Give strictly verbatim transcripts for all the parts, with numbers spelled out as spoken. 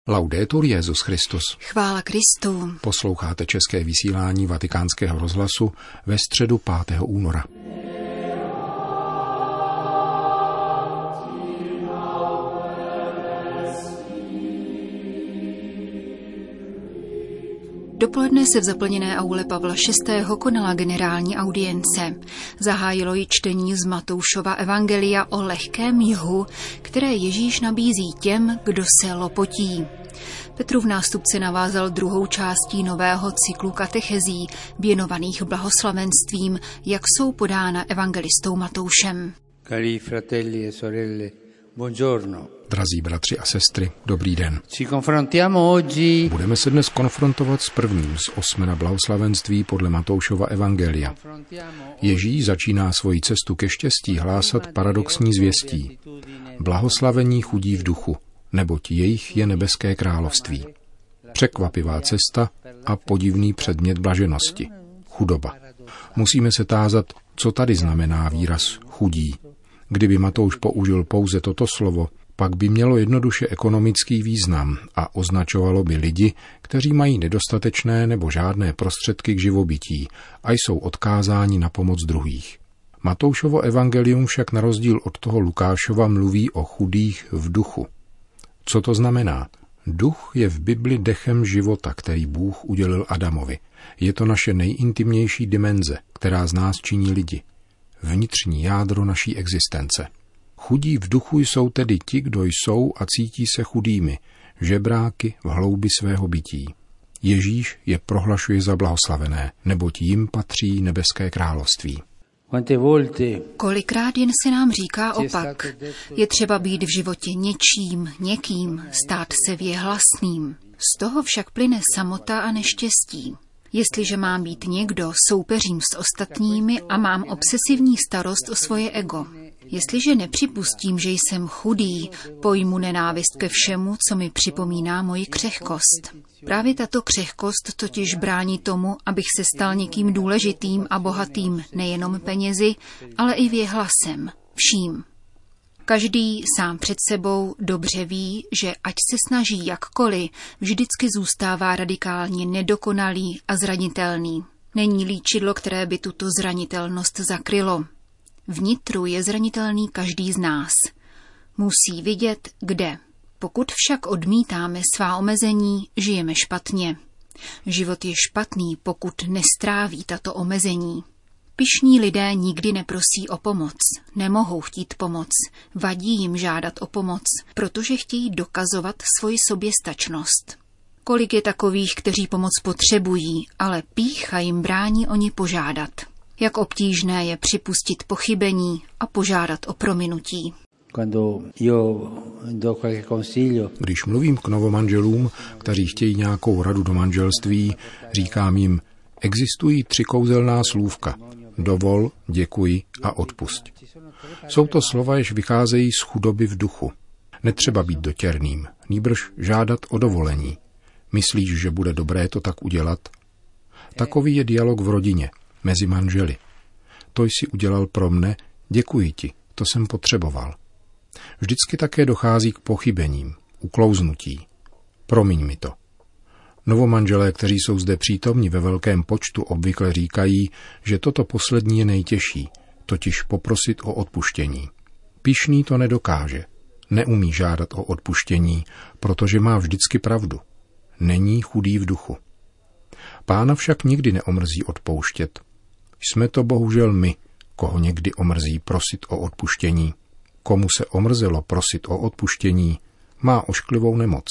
Laudetur Jesus Christus. Chvála Kristu. Posloucháte české vysílání Vatikánského rozhlasu ve středu pátého února. Dopoledne se v zaplněné aule Pavla šestého konala generální audience. Zahájilo ji čtení z Matoušova evangelia o lehkém jhu, které Ježíš nabízí těm, kdo se lopotí. Petrův nástupce navázal druhou částí nového cyklu katechezí, věnovaných blahoslavenstvím, jak jsou podána evangelistou Matoušem. Cari fratelli e sorelle, buongiorno. Drazí bratři a sestry, dobrý den. Ci confrontiamo oggi. Budeme se dnes konfrontovat s prvním z osmena blahoslavenství podle Matoušova evangelia. Ježíš začíná svoji cestu ke štěstí hlásat paradoxní zvěstí. Blahoslavení chudí v duchu, neboť jejich je nebeské království. Překvapivá cesta a podivný předmět blaženosti. Chudoba. Musíme se tázat, co tady znamená výraz chudí. Kdyby Matouš použil pouze toto slovo, pak by mělo jednoduše ekonomický význam a označovalo by lidi, kteří mají nedostatečné nebo žádné prostředky k živobytí a jsou odkázáni na pomoc druhých. Matoušovo evangelium však na rozdíl od toho Lukášova mluví o chudých v duchu. Co to znamená? Duch je v Bibli dechem života, který Bůh udělil Adamovi. Je to naše nejintimnější dimenze, která z nás činí lidi. Vnitřní jádro naší existence. Chudí v duchu jsou tedy ti, kdo jsou a cítí se chudými, žebráky v hloubi svého bytí. Ježíš je prohlašuje za blahoslavené, neboť jim patří nebeské království. Kolikrát jen se nám říká opak. Je třeba být v životě něčím, někým, stát se věhlasným. Z toho však plyne samota a neštěstí. Jestliže mám být někdo, soupeřím s ostatními a mám obsesivní starost o svoje ego. Jestliže nepřipustím, že jsem chudý, pojmu nenávist ke všemu, co mi připomíná moji křehkost. Právě tato křehkost totiž brání tomu, abych se stal někým důležitým a bohatým nejenom penězi, ale i věhlasem, vším. Každý sám před sebou dobře ví, že ať se snaží jakkoliv, vždycky zůstává radikálně nedokonalý a zranitelný. Není líčidlo, které by tuto zranitelnost zakrylo. Vnitru je zranitelný každý z nás. Musí vidět, kde. Pokud však odmítáme svá omezení, žijeme špatně. Život je špatný, pokud nestráví tato omezení. Pyšní lidé nikdy neprosí o pomoc, nemohou chtít pomoc, vadí jim žádat o pomoc, protože chtějí dokazovat svoji soběstačnost. Kolik je takových, kteří pomoc potřebují, ale pýcha jim brání o ni požádat. Jak obtížné je připustit pochybení a požádat o prominutí. Když mluvím k novomanželům, kteří chtějí nějakou radu do manželství, říkám jim, existují tři kouzelná slůvka. Dovol, děkuji a odpusť. Jsou to slova, jež vycházejí z chudoby v duchu. Netřeba být dotěrným, nýbrž žádat o dovolení. Myslíš, že bude dobré to tak udělat? Takový je dialog v rodině, mezi manželi. To jsi udělal pro mne, děkuji ti, to jsem potřeboval. Vždycky také dochází k pochybením, uklouznutí. Promiň mi to. Novomanželé, kteří jsou zde přítomni ve velkém počtu, obvykle říkají, že toto poslední je nejtěžší, totiž poprosit o odpuštění. Pyšný to nedokáže, neumí žádat o odpuštění, protože má vždycky pravdu. Není chudý v duchu. Pána však nikdy neomrzí odpouštět. Jsme to bohužel my, koho někdy omrzí prosit o odpuštění. Komu se omrzelo prosit o odpuštění, má ošklivou nemoc.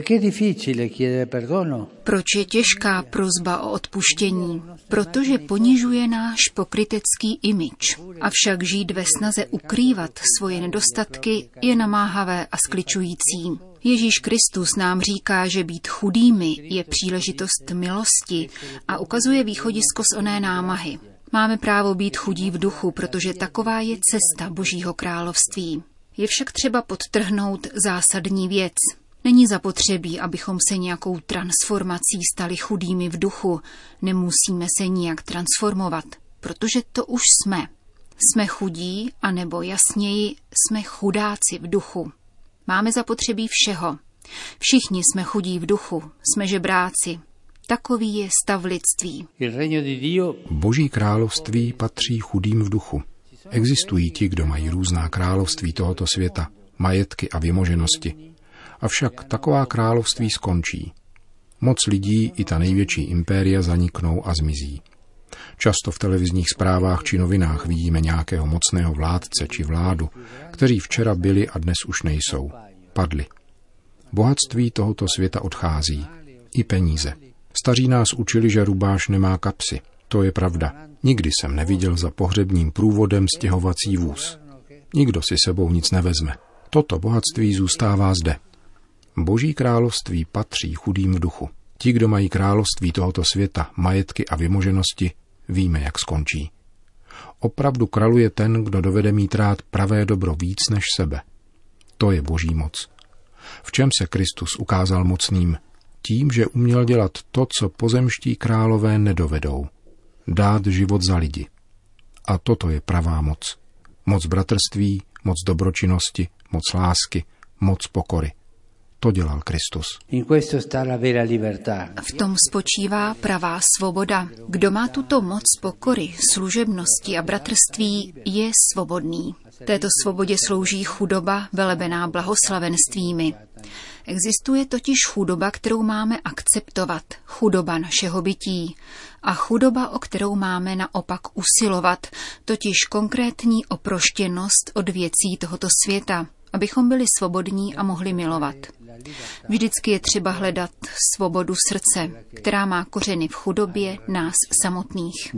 Proč je těžká prosba o odpuštění? Protože ponižuje náš pokrytecký image. Avšak žít ve snaze ukrývat svoje nedostatky je namáhavé a skličující. Ježíš Kristus nám říká, že být chudými je příležitost milosti a ukazuje východisko z oné námahy. Máme právo být chudí v duchu, protože taková je cesta Božího království. Je však třeba podtrhnout zásadní věc. Není zapotřebí, abychom se nějakou transformací stali chudými v duchu. Nemusíme se nijak transformovat, protože to už jsme. Jsme chudí, anebo jasněji, jsme chudáci v duchu. Máme zapotřebí všeho. Všichni jsme chudí v duchu, jsme žebráci. Takový je stav lidství. Boží království patří chudým v duchu. Existují ti, kdo mají různá království tohoto světa, majetky a vymoženosti. Avšak taková království skončí. Moc lidí i ta největší impéria zaniknou a zmizí. Často v televizních zprávách či novinách vidíme nějakého mocného vládce či vládu, kteří včera byli a dnes už nejsou. Padli. Bohatství tohoto světa odchází. I peníze. Staří nás učili, že rubáš nemá kapsy. To je pravda. Nikdy jsem neviděl za pohřebním průvodem stěhovací vůz. Nikdo si sebou nic nevezme. Toto bohatství zůstává zde. Boží království patří chudým v duchu. Ti, kdo mají království tohoto světa, majetky a vymoženosti, víme, jak skončí. Opravdu králuje ten, kdo dovede mít rád pravé dobro víc než sebe. To je Boží moc. V čem se Kristus ukázal mocným? Tím, že uměl dělat to, co pozemští králové nedovedou. Dát život za lidi. A toto je pravá moc. Moc bratrství, moc dobročinnosti, moc lásky, moc pokory. To dělal Kristus. V tom spočívá pravá svoboda. Kdo má tuto moc pokory, služebnosti a bratrství, je svobodný. Této svobodě slouží chudoba velebená blahoslavenstvími. Existuje totiž chudoba, kterou máme akceptovat, chudoba našeho bytí, a chudoba, o kterou máme naopak usilovat, totiž konkrétní oproštěnost od věcí tohoto světa, abychom byli svobodní a mohli milovat. Vždycky je třeba hledat svobodu srdce, která má kořeny v chudobě nás samotných.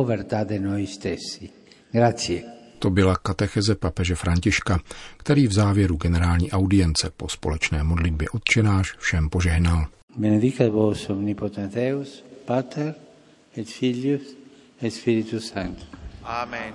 To byla katecheze papeže Františka, který v závěru generální audience po společné modlitbě Otčenáš všem požehnal. Benedicat vos omnipotens Deus, Pater et Filius et Spiritus Sanctus. Amen.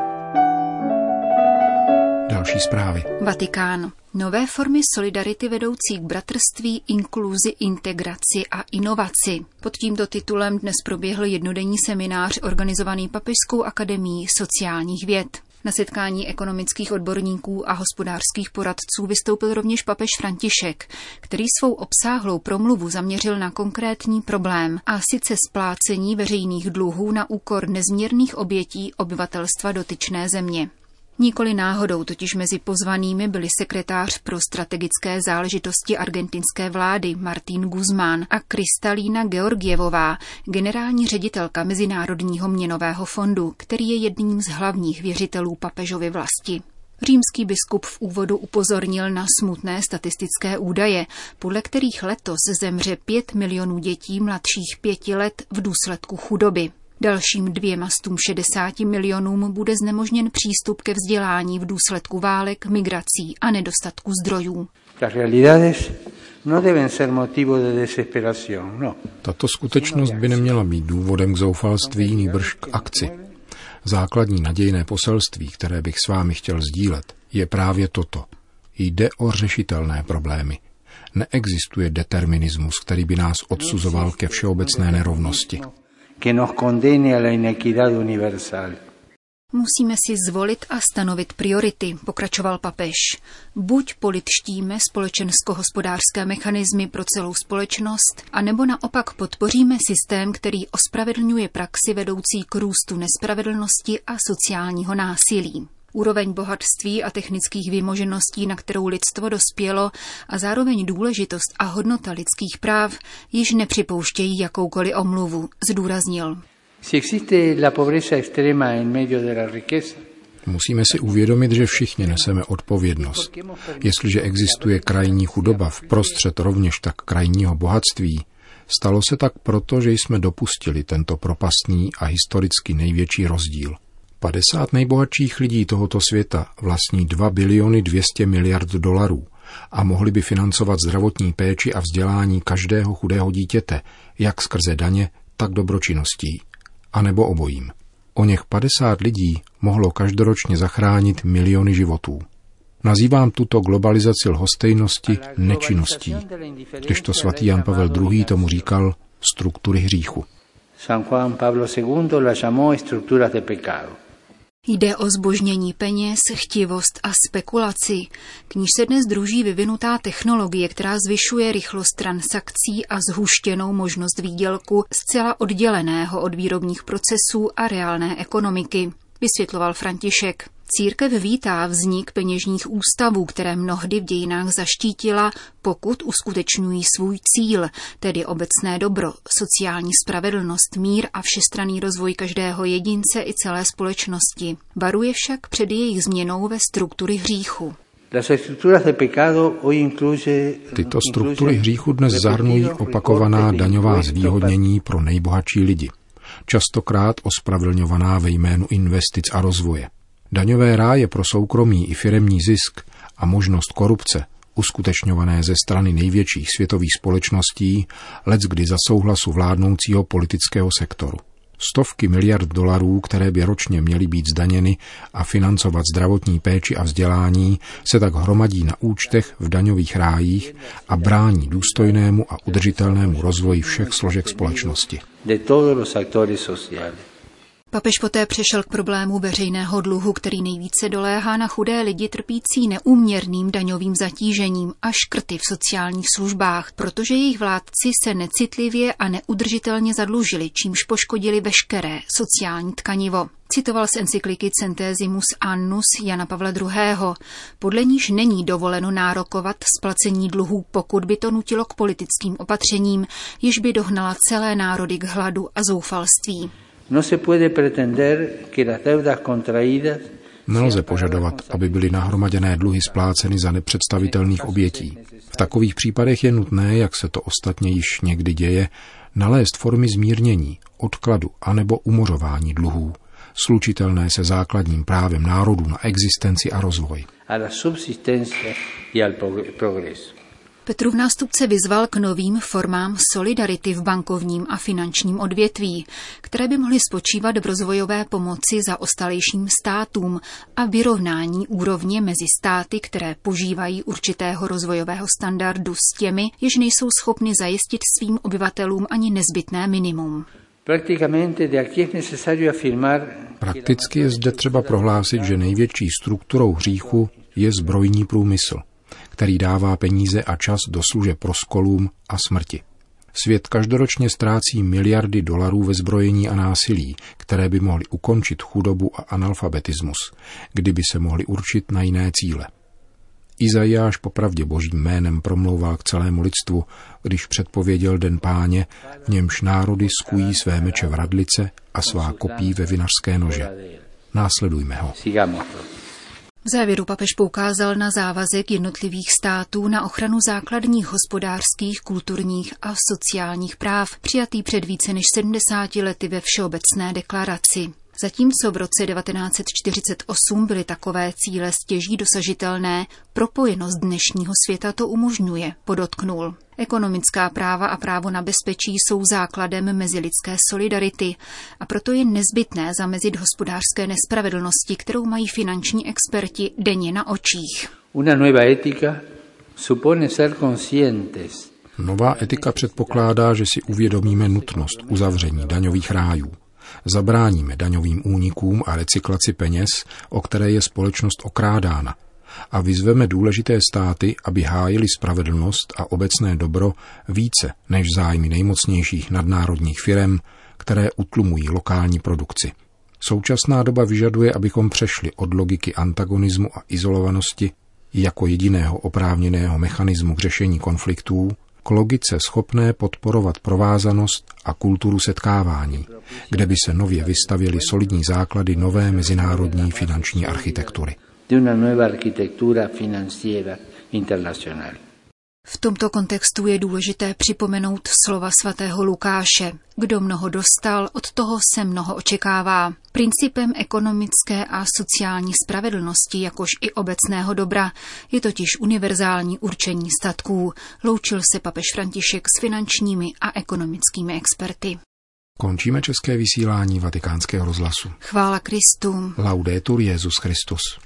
Další zprávy. Vatikán. Nové formy solidarity vedoucí k bratrství, inkluzi, integraci a inovaci. Pod tímto titulem dnes proběhl jednodenní seminář organizovaný Papežskou akademií sociálních věd. Na setkání ekonomických odborníků a hospodářských poradců vystoupil rovněž papež František, který svou obsáhlou promluvu zaměřil na konkrétní problém, a sice splácení veřejných dluhů na úkor nezměrných obětí obyvatelstva dotyčné země. Nikoli náhodou totiž mezi pozvanými byli sekretář pro strategické záležitosti argentinské vlády Martín Guzmán a Kristalína Georgievová, generální ředitelka Mezinárodního měnového fondu, který je jedním z hlavních věřitelů papežovy vlasti. Římský biskup v úvodu upozornil na smutné statistické údaje, podle kterých letos zemře pět milionů dětí mladších pěti let v důsledku chudoby. Dalším dvěma stům šedesáti milionům bude znemožněn přístup ke vzdělání v důsledku válek, migrací a nedostatku zdrojů. Tato skutečnost by neměla být důvodem k zoufalství, nýbrž k akci. Základní nadějné poselství, které bych s vámi chtěl sdílet, je právě toto. Jde o řešitelné problémy. Neexistuje determinismus, který by nás odsuzoval ke všeobecné nerovnosti. Musíme si zvolit a stanovit priority, pokračoval papež. Buď polidštíme společensko-hospodářské mechanismy pro celou společnost, anebo naopak podpoříme systém, který ospravedlňuje praxi vedoucí k růstu nespravedlnosti a sociálního násilí. Úroveň bohatství a technických vymožeností, na kterou lidstvo dospělo, a zároveň důležitost a hodnota lidských práv již nepřipouštějí jakoukoliv omluvu, zdůraznil. Musíme si uvědomit, že všichni neseme odpovědnost. Jestliže existuje krajní chudoba vprostřed rovněž tak krajního bohatství, stalo se tak proto, že jsme dopustili tento propastný a historicky největší rozdíl. padesát nejbohatších lidí tohoto světa vlastní dva biliony dvě stě miliard dolarů a mohli by financovat zdravotní péči a vzdělání každého chudého dítěte, jak skrze daně, tak dobročinností. A nebo obojím. O něch padesát lidí mohlo každoročně zachránit miliony životů. Nazývám tuto globalizaci lhostejnosti nečinností, kdežto svatý Jan Pavel druhý. Tomu říkal struktury hříchu. San Juan Pablo segundo la llamó estructuras de pecado. Jde o zbožnění peněz, chtivost a spekulaci, k níž se dnes druží vyvinutá technologie, která zvyšuje rychlost transakcí a zhuštěnou možnost výdělku zcela odděleného od výrobních procesů a reálné ekonomiky, vysvětloval František. Církev vítá vznik peněžních ústavů, které mnohdy v dějinách zaštítila, pokud uskutečňují svůj cíl, tedy obecné dobro, sociální spravedlnost, mír a všestranný rozvoj každého jedince i celé společnosti. Varuje však před jejich změnou ve struktury hříchu. Tyto struktury hříchu dnes zahrnují opakovaná daňová zvýhodnění pro nejbohatší lidi, častokrát ospravedlňovaná ve jménu investic a rozvoje. Daňové ráje pro soukromý i firemní zisk a možnost korupce, uskutečňované ze strany největších světových společností, leckdy za souhlasu vládnoucího politického sektoru. Stovky miliard dolarů, které by ročně měly být zdaněny a financovat zdravotní péči a vzdělání, se tak hromadí na účtech v daňových rájích a brání důstojnému a udržitelnému rozvoji všech složek společnosti. Papež poté přešel k problému veřejného dluhu, který nejvíce doléhá na chudé lidi trpící neúměrným daňovým zatížením a škrty v sociálních službách, protože jejich vládci se necitlivě a neudržitelně zadlužili, čímž poškodili veškeré sociální tkanivo. Citoval z encykliky Centesimus Annus Jana Pavla druhého., podle níž není dovoleno nárokovat splacení dluhů, pokud by to nutilo k politickým opatřením, jež by dohnala celé národy k hladu a zoufalství. Nelze požadovat, aby byly nahromaděné dluhy spláceny za nepředstavitelných obětí. V takových případech je nutné, jak se to ostatně již někdy děje, nalézt formy zmírnění, odkladu anebo umořování dluhů, slučitelné se základním právem národů na existenci a rozvoj. Petrův nástupce vyzval k novým formám solidarity v bankovním a finančním odvětví, které by mohly spočívat v rozvojové pomoci zaostalejším státům a vyrovnání úrovně mezi státy, které požívají určitého rozvojového standardu s těmi, jež nejsou schopny zajistit svým obyvatelům ani nezbytné minimum. Prakticky je zde třeba prohlásit, že největší strukturou hříchu je zbrojní průmysl, který dává peníze a čas do služeb rozkolům a smrti. Svět každoročně ztrácí miliardy dolarů ve zbrojení a násilí, které by mohly ukončit chudobu a analfabetismus, kdyby se mohly určit na jiné cíle. Izajáš popravdě božím jménem promlouval k celému lidstvu, když předpověděl den Páně, v němž národy skují své meče v radlice a svá kopí ve vinařské nože. Následujme ho. V závěru papež poukázal na závazek jednotlivých států na ochranu základních hospodářských, kulturních a sociálních práv, přijatý před více než sedmdesáti lety ve Všeobecné deklaraci. Zatímco v roce devatenáct set čtyřicet osm byly takové cíle stěží dosažitelné, propojenost dnešního světa to umožňuje, podotknul. Ekonomická práva a právo na bezpečí jsou základem mezilidské solidarity a proto je nezbytné zamezit hospodářské nespravedlnosti, kterou mají finanční experti denně na očích. Nová etika předpokládá, že si uvědomíme nutnost uzavření daňových rájů. Zabráníme daňovým únikům a recyklaci peněz, o které je společnost okrádána, a vyzveme důležité státy, aby hájili spravedlnost a obecné dobro více než zájmy nejmocnějších nadnárodních firem, které utlumují lokální produkci. Současná doba vyžaduje, abychom přešli od logiky antagonismu a izolovanosti jako jediného oprávněného mechanismu k řešení konfliktů k logice schopné podporovat provázanost a kulturu setkávání, kde by se nově vystavěly solidní základy nové mezinárodní finanční architektury. V tomto kontextu je důležité připomenout slova svatého Lukáše. Kdo mnoho dostal, od toho se mnoho očekává. Principem ekonomické a sociální spravedlnosti, jakož i obecného dobra, je totiž univerzální určení statků. Loučil se papež František s finančními a ekonomickými experty. Končíme české vysílání Vatikánského rozhlasu. Chvála Kristu. Laudetur Jesus Christus.